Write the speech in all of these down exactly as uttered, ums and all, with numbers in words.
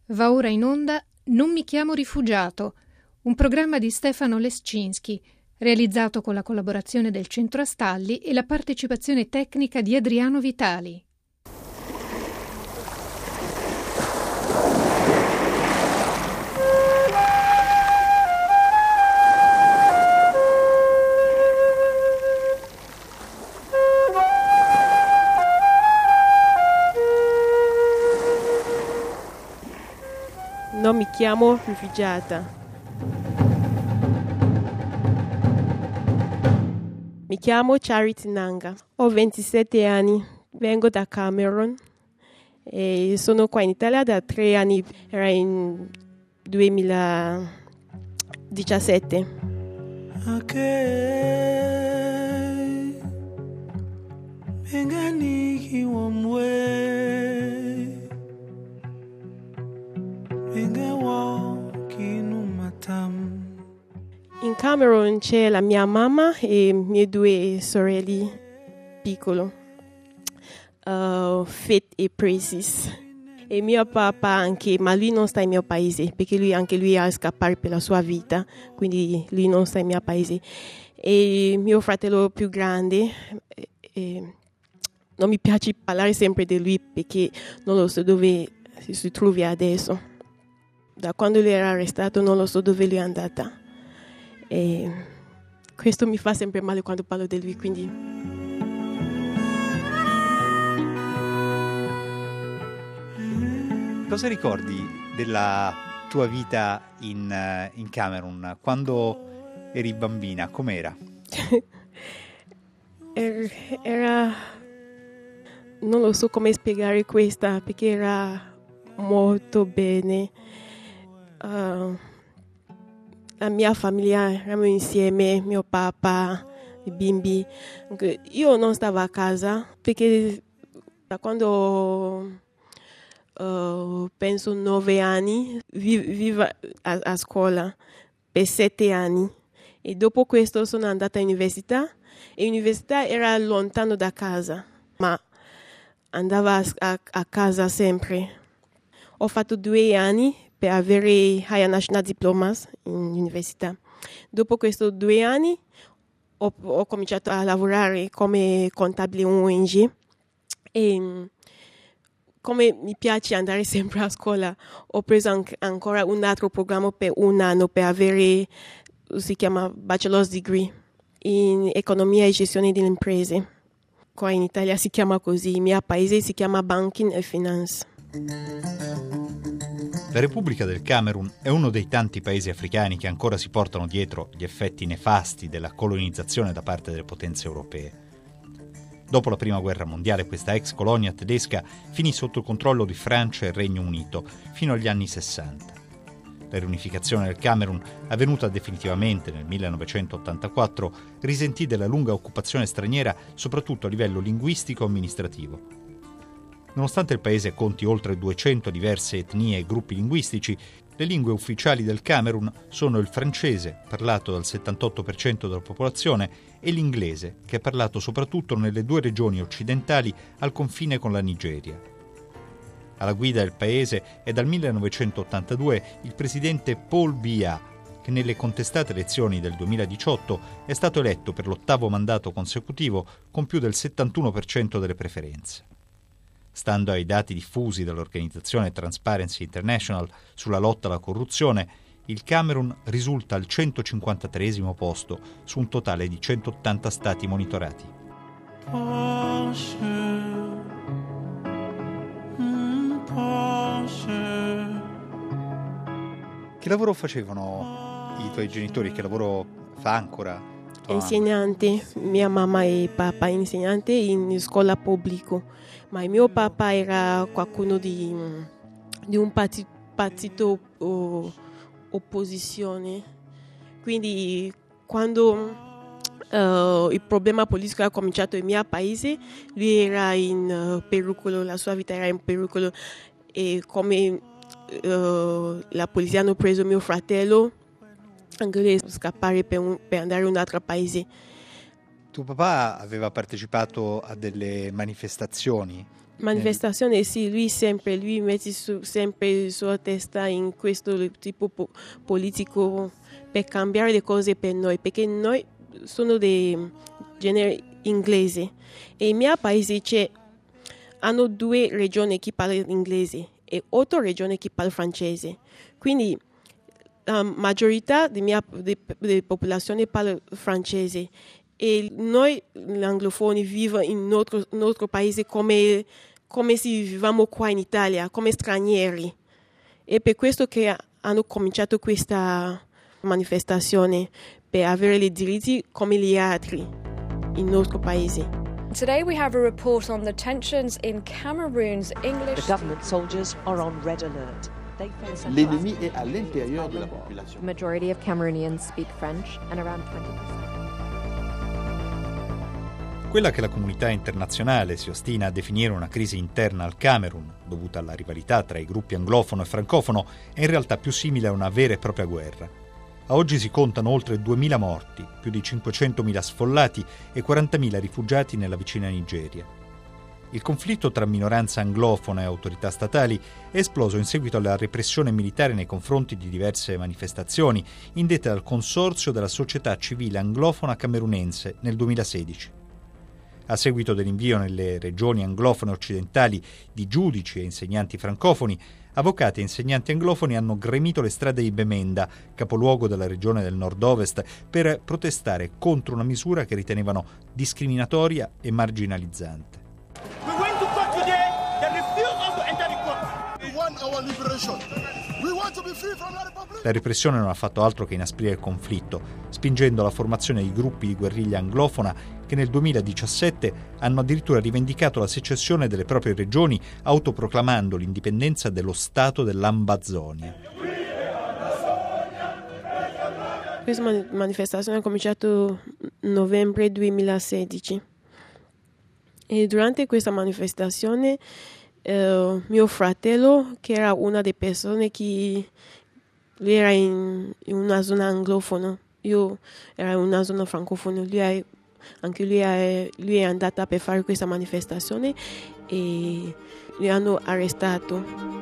Va ora in onda Non mi chiamo rifugiato, un programma di Stefano Lescinski, realizzato con la collaborazione del Centro Astalli e la partecipazione tecnica di Adriano Vitali. Non mi chiamo rifugiata. Mi chiamo Charity Nanga. Ho ventisette anni, vengo da Camerun e sono qua in Italia da tre anni, era in duemiladiciassette. Okay. Menganiki wamwe. In Camerun c'è la mia mamma e mie due sorelle piccole, uh, Faith e Precious. E mio papà anche, ma lui non sta in mio paese, perché lui anche lui ha scappato per la sua vita, quindi lui non sta in mio paese. E mio fratello più grande, eh, non mi piace parlare sempre di lui perché non lo so dove si trova adesso. Da quando lui era arrestato non lo so dove lui è andata. E questo mi fa sempre male quando parlo di lui, quindi cosa ricordi della tua vita in, in Camerun quando eri bambina? Com'era? Era, non lo so come spiegare questa, perché era molto bene. Uh, la mia famiglia eravamo insieme, mio papà, i bimbi. Io non stavo a casa perché da quando uh, penso nove anni vivo a, a scuola per sette anni e dopo questo sono andata all'università e l'università era lontano da casa, ma andavo a, a, a casa sempre. Ho fatto due anni per avere Higher National Diplomas in università. Dopo questi due anni ho, ho cominciato a lavorare come contabile in O N G e come mi piace andare sempre a scuola ho preso anche, ancora un altro programma per un anno per avere, si chiama Bachelor's Degree in Economia e Gestione delle Imprese. Qua in Italia si chiama così, il mio paese si chiama Banking e Finance. La Repubblica del Camerun è uno dei tanti paesi africani che ancora si portano dietro gli effetti nefasti della colonizzazione da parte delle potenze europee. Dopo la Prima Guerra Mondiale questa ex colonia tedesca finì sotto il controllo di Francia e Regno Unito fino agli anni sessanta. La riunificazione del Camerun, avvenuta definitivamente nel millenovecentottantaquattro, risentì della lunga occupazione straniera soprattutto a livello linguistico-amministrativo. Nonostante il paese conti oltre duecento diverse etnie e gruppi linguistici, le lingue ufficiali del Camerun sono il francese, parlato dal settantotto per cento della popolazione, e l'inglese, che è parlato soprattutto nelle due regioni occidentali al confine con la Nigeria. Alla guida del paese è dal millenovecentottantadue il presidente Paul Biya, che nelle contestate elezioni del duemiladiciotto è stato eletto per l'ottavo mandato consecutivo con più del settantuno per cento delle preferenze. Stando ai dati diffusi dall'organizzazione Transparency International sulla lotta alla corruzione, il Camerun risulta al centocinquantatreesimo posto su un totale di centottanta stati monitorati. Che lavoro facevano i tuoi genitori? Che lavoro fa ancora? Insegnante, mia mamma e papà insegnante in scuola pubblica, ma il mio papà era qualcuno di, di un partito, partito o, opposizione, quindi quando uh, il problema politico ha cominciato nel mio paese, lui era in uh, pericolo, la sua vita era in pericolo e come uh, la polizia hanno preso mio fratello, anche lui scappare per, un, per andare in un altro paese. Tuo papà aveva partecipato a delle manifestazioni Manifestazione, sì, lui sempre, lui mette su, sempre la sua testa in questo tipo po- politico per cambiare le cose per noi, perché noi sono di genere inglese e il mio paese c'è, hanno due regioni che parlano inglese e otto regioni che parlano francese, quindi la maggiorità della popolazione parla francese e noi gli anglofoni vivono in nostro, nostro paese come, come se viviamo qua in Italia, come stranieri. E per questo che hanno cominciato questa manifestazione, per avere i diritti come gli altri in nostro paese. Today we have a report on the tensions in Cameroon's English... The government soldiers are on red alert. L'ennemi est à l'intérieur de la population. The majority of Cameroonians speak French and around twenty percent. Quella che la comunità internazionale si ostina a definire una crisi interna al Camerun, dovuta alla rivalità tra i gruppi anglofono e francofono, è in realtà più simile a una vera e propria guerra. A oggi si contano oltre duemila morti, più di cinquecentomila sfollati e quarantamila rifugiati nella vicina Nigeria. Il conflitto tra minoranza anglofona e autorità statali è esploso in seguito alla repressione militare nei confronti di diverse manifestazioni indette dal Consorzio della Società Civile Anglofona Camerunense nel duemilasedici. A seguito dell'invio nelle regioni anglofone occidentali di giudici e insegnanti francofoni, avvocati e insegnanti anglofoni hanno gremito le strade di Bemenda, capoluogo della regione del nord-ovest, per protestare contro una misura che ritenevano discriminatoria e marginalizzante. We went to court today, they refuse us to enter the court. We want our liberation. We want to be free from the Republic. La repressione non ha fatto altro che inasprire il conflitto, spingendo alla formazione di gruppi di guerriglia anglofona che nel duemiladiciassette hanno addirittura rivendicato la secessione delle proprie regioni, autoproclamando l'indipendenza dello Stato dell'Ambazonia. Questa manifestazione è cominciata nel novembre duemilasedici e durante questa manifestazione eh, mio fratello, che era una delle persone che lui era in, in una zona anglofona, io ero in una zona francofona, lui è, anche lui è, lui è andata per fare questa manifestazione e li hanno arrestato.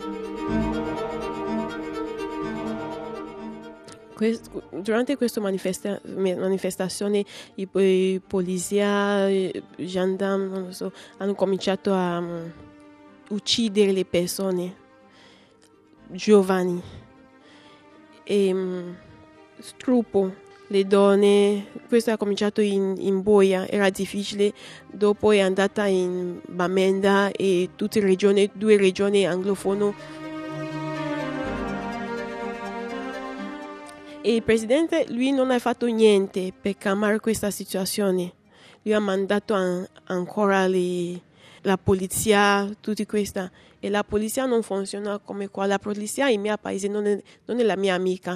Questo, durante questa manifesta, manifestazione i, i polizia, i gendarmi, non lo so, hanno cominciato a um, uccidere le persone giovani e um, struppo le donne. Questo ha cominciato in, in Boia, era difficile, dopo è andata in Bamenda e tutte le regioni, due regioni anglofone. E il presidente, lui non ha fatto niente per calmare questa situazione. Lui ha mandato an- ancora le, la polizia, tutti questa. E la polizia non funziona come qua. La polizia in mio paese non è, non è la mia amica.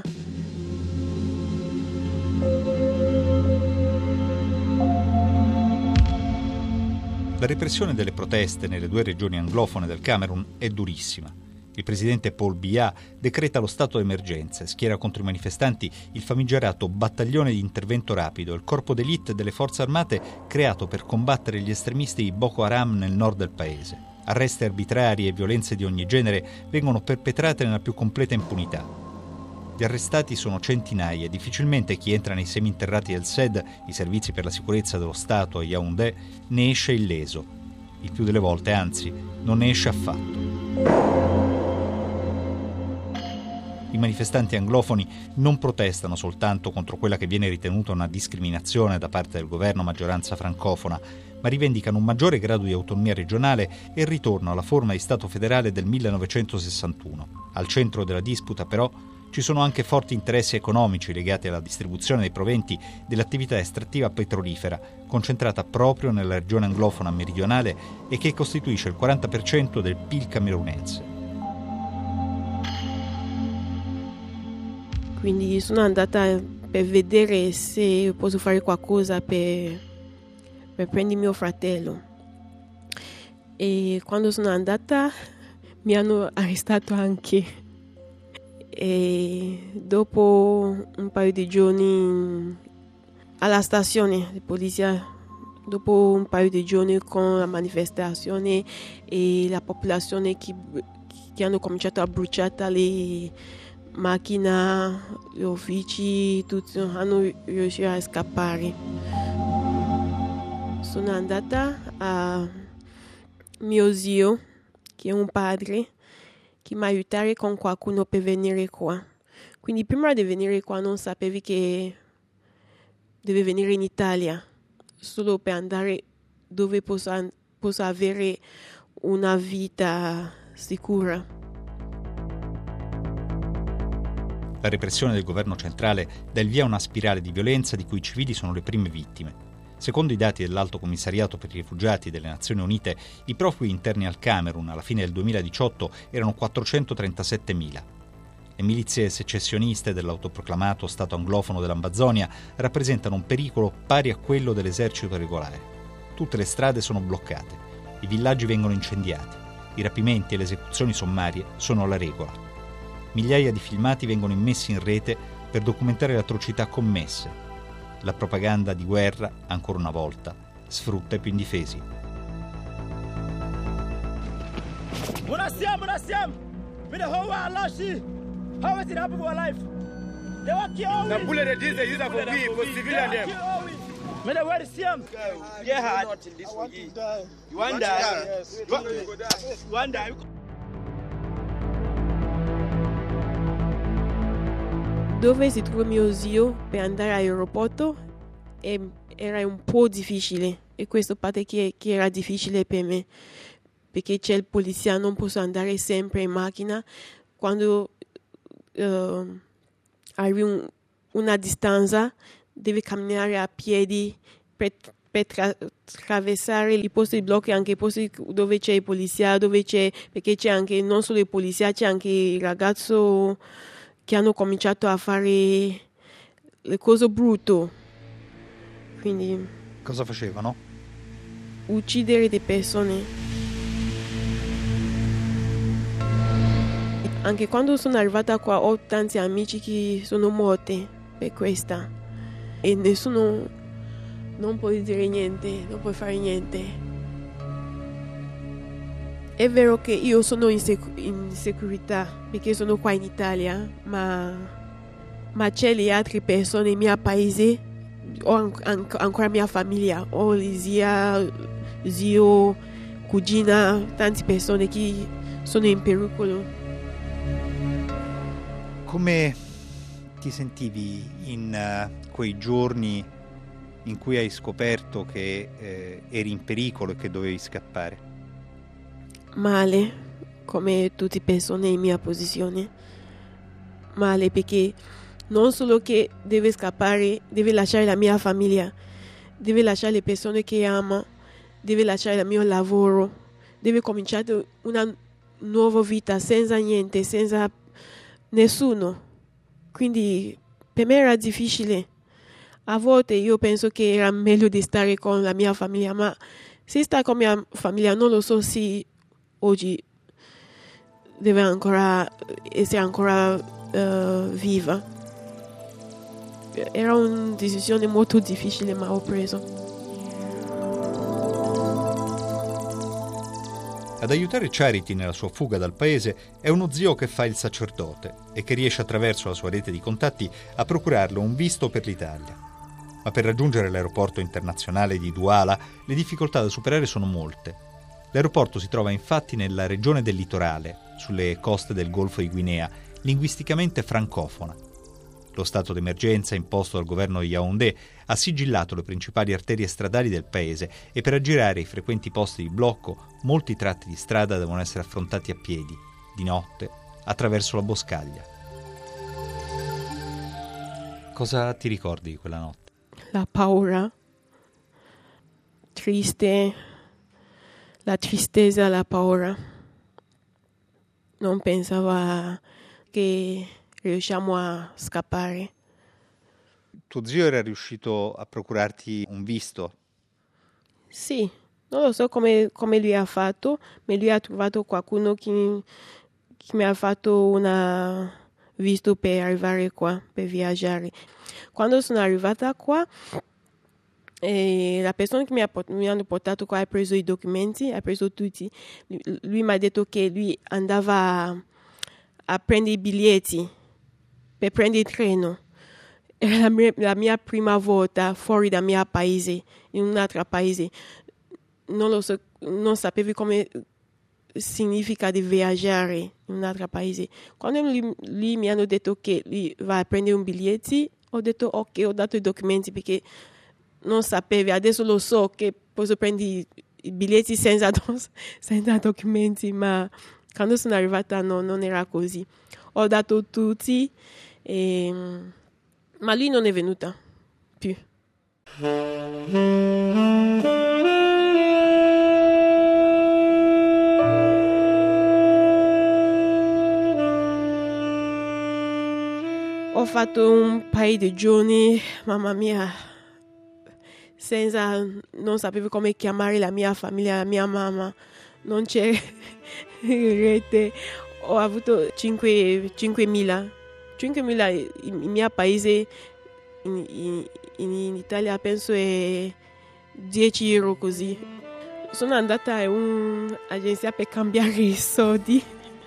La repressione delle proteste nelle due regioni anglofone del Camerun è durissima. Il presidente Paul Biya decreta lo stato d'emergenza e schiera contro i manifestanti il famigerato battaglione di intervento rapido, il corpo d'élite delle forze armate creato per combattere gli estremisti di Boko Haram nel nord del paese. Arresti arbitrari e violenze di ogni genere vengono perpetrate nella più completa impunità. Gli arrestati sono centinaia e difficilmente chi entra nei seminterrati del S E D, i servizi per la sicurezza dello Stato a Yaoundé, ne esce illeso. Il più delle volte, anzi, non ne esce affatto. I manifestanti anglofoni non protestano soltanto contro quella che viene ritenuta una discriminazione da parte del governo maggioranza francofona, ma rivendicano un maggiore grado di autonomia regionale e il ritorno alla forma di Stato federale del millenovecentosessantuno. Al centro della disputa, però, ci sono anche forti interessi economici legati alla distribuzione dei proventi dell'attività estrattiva petrolifera, concentrata proprio nella regione anglofona meridionale e che costituisce il quaranta per cento del P I L camerunense. Quindi sono andata per vedere se posso fare qualcosa per, per prendere mio fratello. E quando sono andata mi hanno arrestato anche. E dopo un paio di giorni alla stazione di polizia dopo un paio di giorni con la manifestazione e la popolazione che, che hanno cominciato a bruciare le macchine, gli uffici, tutti hanno riuscito a scappare. Sono andata a mio zio, che è un padre, che mi aiutare con qualcuno per venire qua. Quindi prima di venire qua non sapevi che deve venire in Italia, solo per andare dove posso, posso avere una vita sicura. La repressione del governo centrale dà il via a una spirale di violenza di cui i civili sono le prime vittime. Secondo i dati dell'Alto Commissariato per i Rifugiati delle Nazioni Unite, i profughi interni al Camerun alla fine del duemiladiciotto erano quattrocentotrentassettemila. Le milizie secessioniste dell'autoproclamato Stato anglofono dell'Ambazonia rappresentano un pericolo pari a quello dell'esercito regolare. Tutte le strade sono bloccate, i villaggi vengono incendiati, i rapimenti e le esecuzioni sommarie sono la regola. Migliaia di filmati vengono immessi in rete per documentare le atrocità commesse. La propaganda di guerra, ancora una volta, sfrutta i più indifesi. How is it happening to our life? They were killing the bullet that is used for me for civilian them. Me the word Siam. Yeah, not in this way. You want die? Yes. You want die? Dove si trova mio zio per andare all'aeroporto era un po' difficile, e questo parte che, che era difficile per me, perché c'è il polizia, non posso andare sempre in macchina. Quando uh, arrivi un, una distanza devi camminare a piedi per, per tra, attraversare i posti di blocco, anche i posti dove c'è il polizia, dove c'è, perché c'è anche non solo il polizia, c'è anche il ragazzo che hanno cominciato a fare le cose brutte. Quindi cosa facevano? Uccidere le persone. Anche quando sono arrivata qua ho tanti amici che sono morti per questa, e nessuno non può dire niente, non può fare niente. È vero che io sono in, sec- in sicurezza perché sono qua in Italia, ma, ma c'è le altre persone nel mio paese, ho an- an- ancora mia famiglia, ho zia, zio, cugina, tante persone che sono in pericolo. Come ti sentivi in uh, quei giorni in cui hai scoperto che eh, eri in pericolo e che dovevi scappare? Male, come tutte le persone in mia posizione. Male perché non solo che deve scappare, deve lasciare la mia famiglia, deve lasciare le persone che ama, deve lasciare il mio lavoro, deve cominciare una nuova vita senza niente, senza nessuno. Quindi per me era difficile. A volte io penso che era meglio di stare con la mia famiglia, ma se sta con la mia famiglia non lo so se oggi deve ancora essere ancora uh, viva. Era una decisione molto difficile, ma ho preso. Ad aiutare Charity nella sua fuga dal paese è uno zio che fa il sacerdote e che riesce attraverso la sua rete di contatti a procurarle un visto per l'Italia. Ma per raggiungere l'aeroporto internazionale di Douala le difficoltà da superare sono molte. L'aeroporto si trova infatti nella regione del litorale, sulle coste del Golfo di Guinea, linguisticamente francofona. Lo stato d'emergenza imposto dal governo di Yaoundé ha sigillato le principali arterie stradali del paese e per aggirare i frequenti posti di blocco molti tratti di strada devono essere affrontati a piedi, di notte, attraverso la boscaglia. Cosa ti ricordi di quella notte? La paura, triste, la tristezza, la paura. Non pensavo che riusciamo a scappare. Tuo zio era riuscito a procurarti un visto? Sì, non lo so come, come lui ha fatto, ma lui ha trovato qualcuno che, che mi ha fatto un visto per arrivare qua, per viaggiare. Quando sono arrivata qua, E la persona che mi, ha, mi hanno portato qua ha preso i documenti, ha preso tutti. Lui, lui mi ha detto che lui andava a, a prendere i biglietti per prendere il treno. Era la mia, la mia prima volta fuori dal mio paese, in un altro paese. Non lo so, non sapevo come significa di viaggiare in un altro paese. Quando lui, lui mi hanno detto che lui va a prendere un biglietto, ho detto ok, ho dato i documenti perché non sapevo, adesso lo so che posso prendere i biglietti senza, senza documenti, ma quando sono arrivata no, non era così. Ho dato tutti, e, ma lui non è venuta più. Ho fatto un paio di giorni, mamma mia, senza, non sapevo come chiamare la mia famiglia, la mia mamma, non c'è rete. Ho avuto cinquemila in mio paese, in, in, in Italia penso è dieci euro così. Sono andata in un'agenzia per cambiare i soldi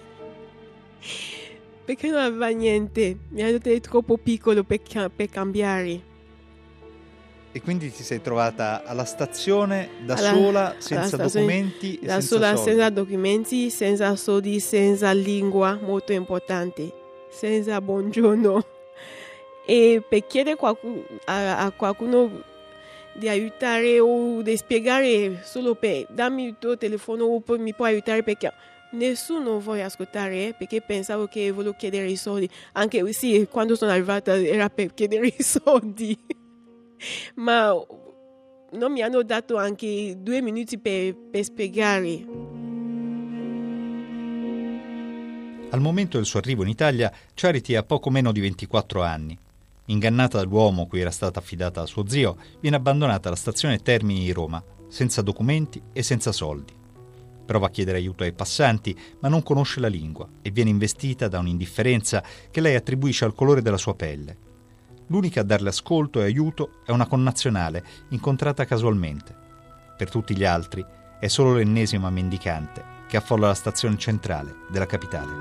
perché non aveva niente, mi hanno detto che è troppo piccolo per, per cambiare. E quindi ti sei trovata alla stazione da alla, sola, senza stazione, documenti e da senza sola, soldi. senza documenti, senza soldi, senza lingua, molto importante, senza buongiorno. E per chiedere qualcuno, a, a qualcuno di aiutare o di spiegare solo per dammi il tuo telefono o poi mi puoi aiutare perché nessuno vuole ascoltare eh, perché pensavo che volevo chiedere i soldi. Anche sì, quando sono arrivata era per chiedere i soldi. Ma non mi hanno dato anche due minuti per, per spiegare. Al momento del suo arrivo in Italia, Charity ha poco meno di ventiquattro anni. Ingannata dall'uomo cui era stata affidata a suo zio, viene abbandonata alla stazione Termini di Roma, senza documenti e senza soldi. Prova a chiedere aiuto ai passanti, ma non conosce la lingua e viene investita da un'indifferenza che lei attribuisce al colore della sua pelle. L'unica a darle ascolto e aiuto è una connazionale incontrata casualmente. Per tutti gli altri è solo l'ennesima mendicante che affolla la stazione centrale della capitale.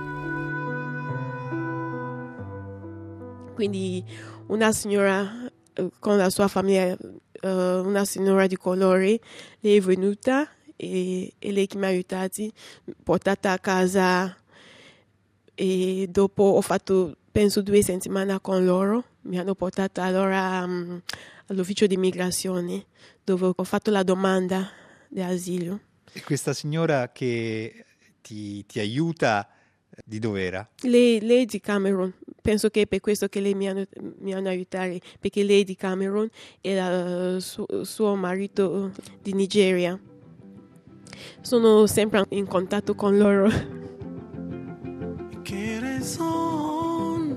Quindi una signora eh, con la sua famiglia, eh, una signora di colore, lei è venuta e, e lei che mi ha aiutati, portata a casa e dopo ho fatto penso due settimane con loro. Mi hanno portata allora um, all'ufficio di immigrazione dove ho fatto la domanda di asilo. E questa signora che ti, ti aiuta, di dov'era? Lei, lei è di Camerun, penso che è per questo che lei mi hanno, mi hanno aiutato, perché lei è di Camerun e il suo, suo marito di Nigeria. Sono sempre in contatto con loro. Che raison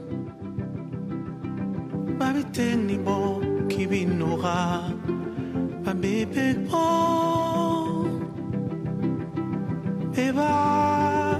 babi teni bo ki binora ba bebe bo eba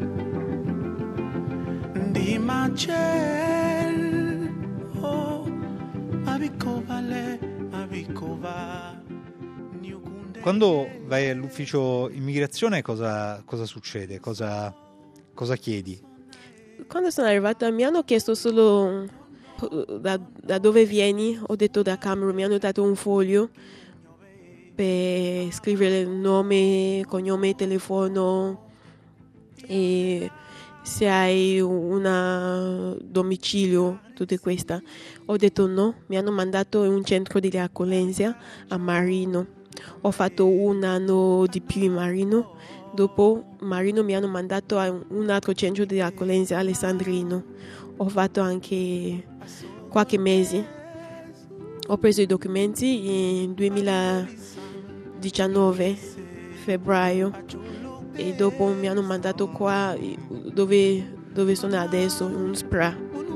di machel oh abiko vale abiko va. Quando vai all'ufficio immigrazione cosa, cosa succede? Cosa, cosa chiedi? Quando sono arrivata mi hanno chiesto solo da, da dove vieni, ho detto da Camerun, mi hanno dato un foglio per scrivere il nome, cognome, telefono e se hai un domicilio, tutte queste. Ho detto no, mi hanno mandato in un centro di accoglienza a Marino. Ho fatto un anno di più in Marino. Dopo Marino mi hanno mandato a un altro centro di accoglienza, Alessandrino. Ho fatto anche qualche mese. Ho preso i documenti in duemiladiciannove, febbraio, e dopo mi hanno mandato qua dove, dove sono adesso, in S P R A.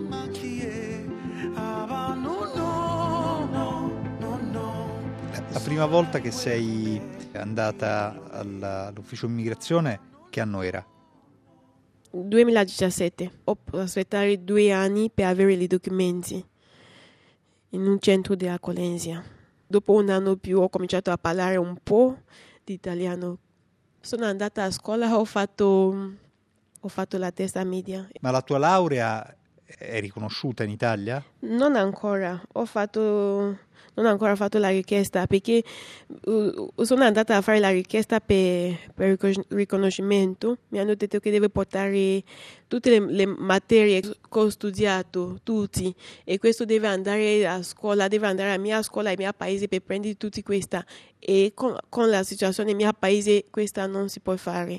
La prima volta che sei andata all'ufficio immigrazione, che anno era? duemiladiciassette. Ho aspettato due anni per avere i documenti in un centro di accoglienza. dopo un anno più ho cominciato a parlare un po' di italiano. Sono andata a scuola, ho fatto, ho fatto la terza media. Ma la tua laurea è riconosciuta in Italia? Non ancora, ho fatto, non ho ancora fatto la richiesta perché uh, sono andata a fare la richiesta per, per riconoscimento. Mi hanno detto che devo portare tutte le, le materie che ho studiato, tutti, e questo deve andare a scuola, deve andare alla mia scuola, al mio paese per prendere tutti questa. E con, con la situazione nel mio paese questa non si può fare.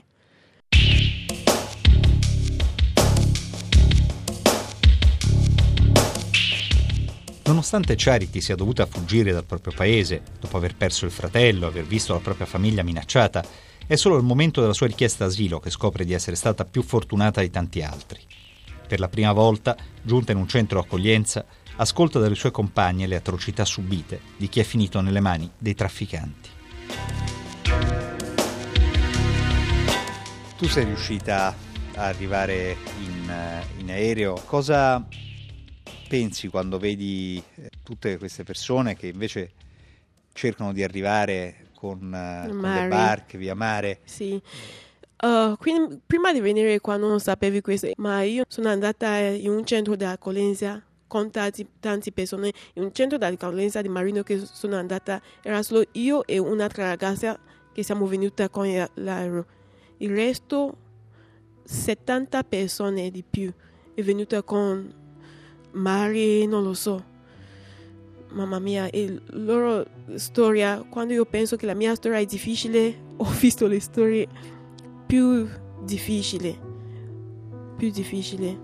Nonostante Charity sia dovuta fuggire dal proprio paese, dopo aver perso il fratello, aver visto la propria famiglia minacciata, è solo al momento della sua richiesta d'asilo che scopre di essere stata più fortunata di tanti altri. Per la prima volta, giunta in un centro accoglienza, ascolta dalle sue compagne le atrocità subite di chi è finito nelle mani dei trafficanti. Tu sei riuscita a arrivare in, in aereo. Cosa pensi quando vedi tutte queste persone che invece cercano di arrivare con, uh, con le barche via mare? Sì. Uh, quindi, prima di venire qua non sapevi questo, ma io sono andata in un centro di accoglienza con tanti, tante persone. In un centro di accoglienza di Marino che sono andata, era solo io e un'altra ragazza che siamo venute con l'aereo. Il resto, settanta persone di più, è venuta con mare, non lo so. Mamma mia, e la loro storia, quando io penso che la mia storia è difficile, ho visto le storie più difficili, più difficili.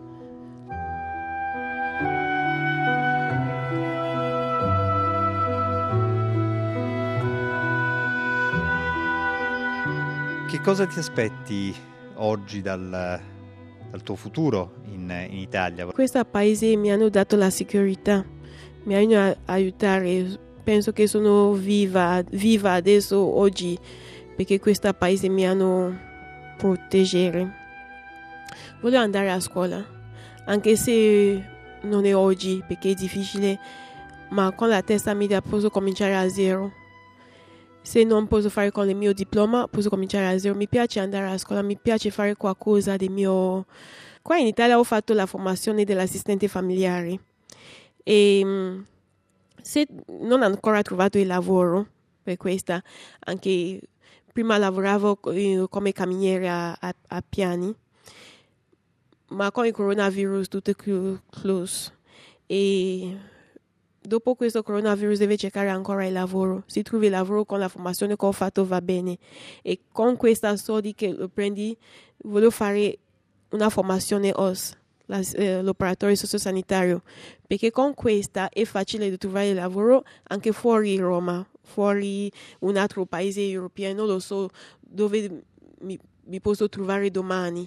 Che cosa ti aspetti oggi dal, dal tuo futuro in, in Italia? Questo paese mi hanno dato la sicurezza, mi hanno aiutato. Penso che sono viva, viva adesso, oggi, perché questo paese mi hanno proteggere. Voglio andare a scuola, anche se non è oggi, perché è difficile, ma con la terza media posso cominciare a zero. Se non posso fare con il mio diploma, posso cominciare a zero. Mi piace andare a scuola, mi piace fare qualcosa di mio. Qua in Italia ho fatto la formazione dell'assistente familiare e se non ho ancora trovato il lavoro per questa, anche prima lavoravo come cameriere a, a, a piani, ma con il coronavirus tutto è chiuso e dopo questo coronavirus deve cercare ancora il lavoro. Se trovi il lavoro con la formazione che ho fatto va bene. E con questa soldi che lo prendi, voglio fare una formazione O S, la, eh, l'operatore sociosanitario. Perché con questa è facile di trovare il lavoro anche fuori Roma, fuori un altro paese europeo. Non lo so dove mi, mi posso trovare domani.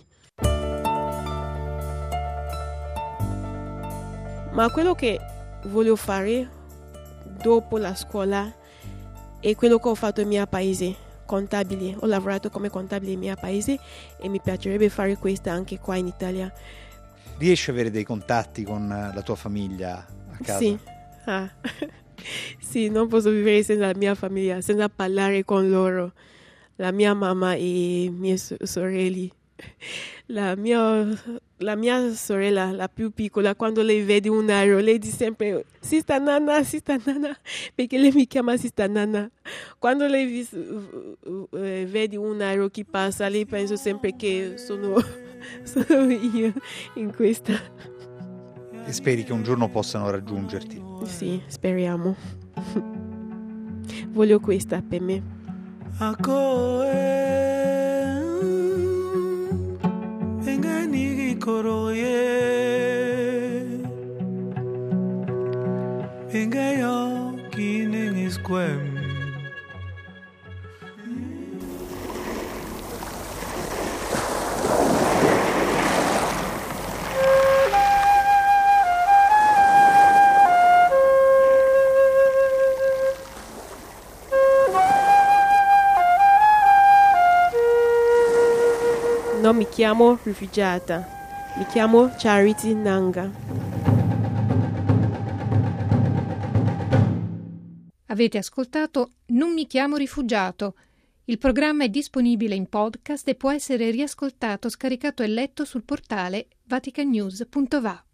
Ma quello che voglio fare dopo la scuola è quello che ho fatto nel mio paese, contabile. Ho lavorato come contabile nel mio paese e mi piacerebbe fare questo anche qua in Italia. Riesci ad avere dei contatti con la tua famiglia a casa? Sì, ah. Sì, non posso vivere senza la mia famiglia, senza parlare con loro. La mia mamma e le mie sorelle. La mia, la mia sorella, la più piccola, quando lei vede un aereo, lei dice sempre Sista Nana, Sista Nana, perché lei mi chiama Sista Nana. Quando lei vis, uh, uh, vede un aereo che passa, lei pensa sempre che sono, sono io in questa. E speri che un giorno possano raggiungerti? Sì, speriamo. Voglio questa per me. Engani koroye Engayo kining iskwem Non mi chiamo rifugiata, mi chiamo Charity Nanga. Avete ascoltato Non mi chiamo rifugiato. Il programma è disponibile in podcast e può essere riascoltato, scaricato e letto sul portale vatican news punto va.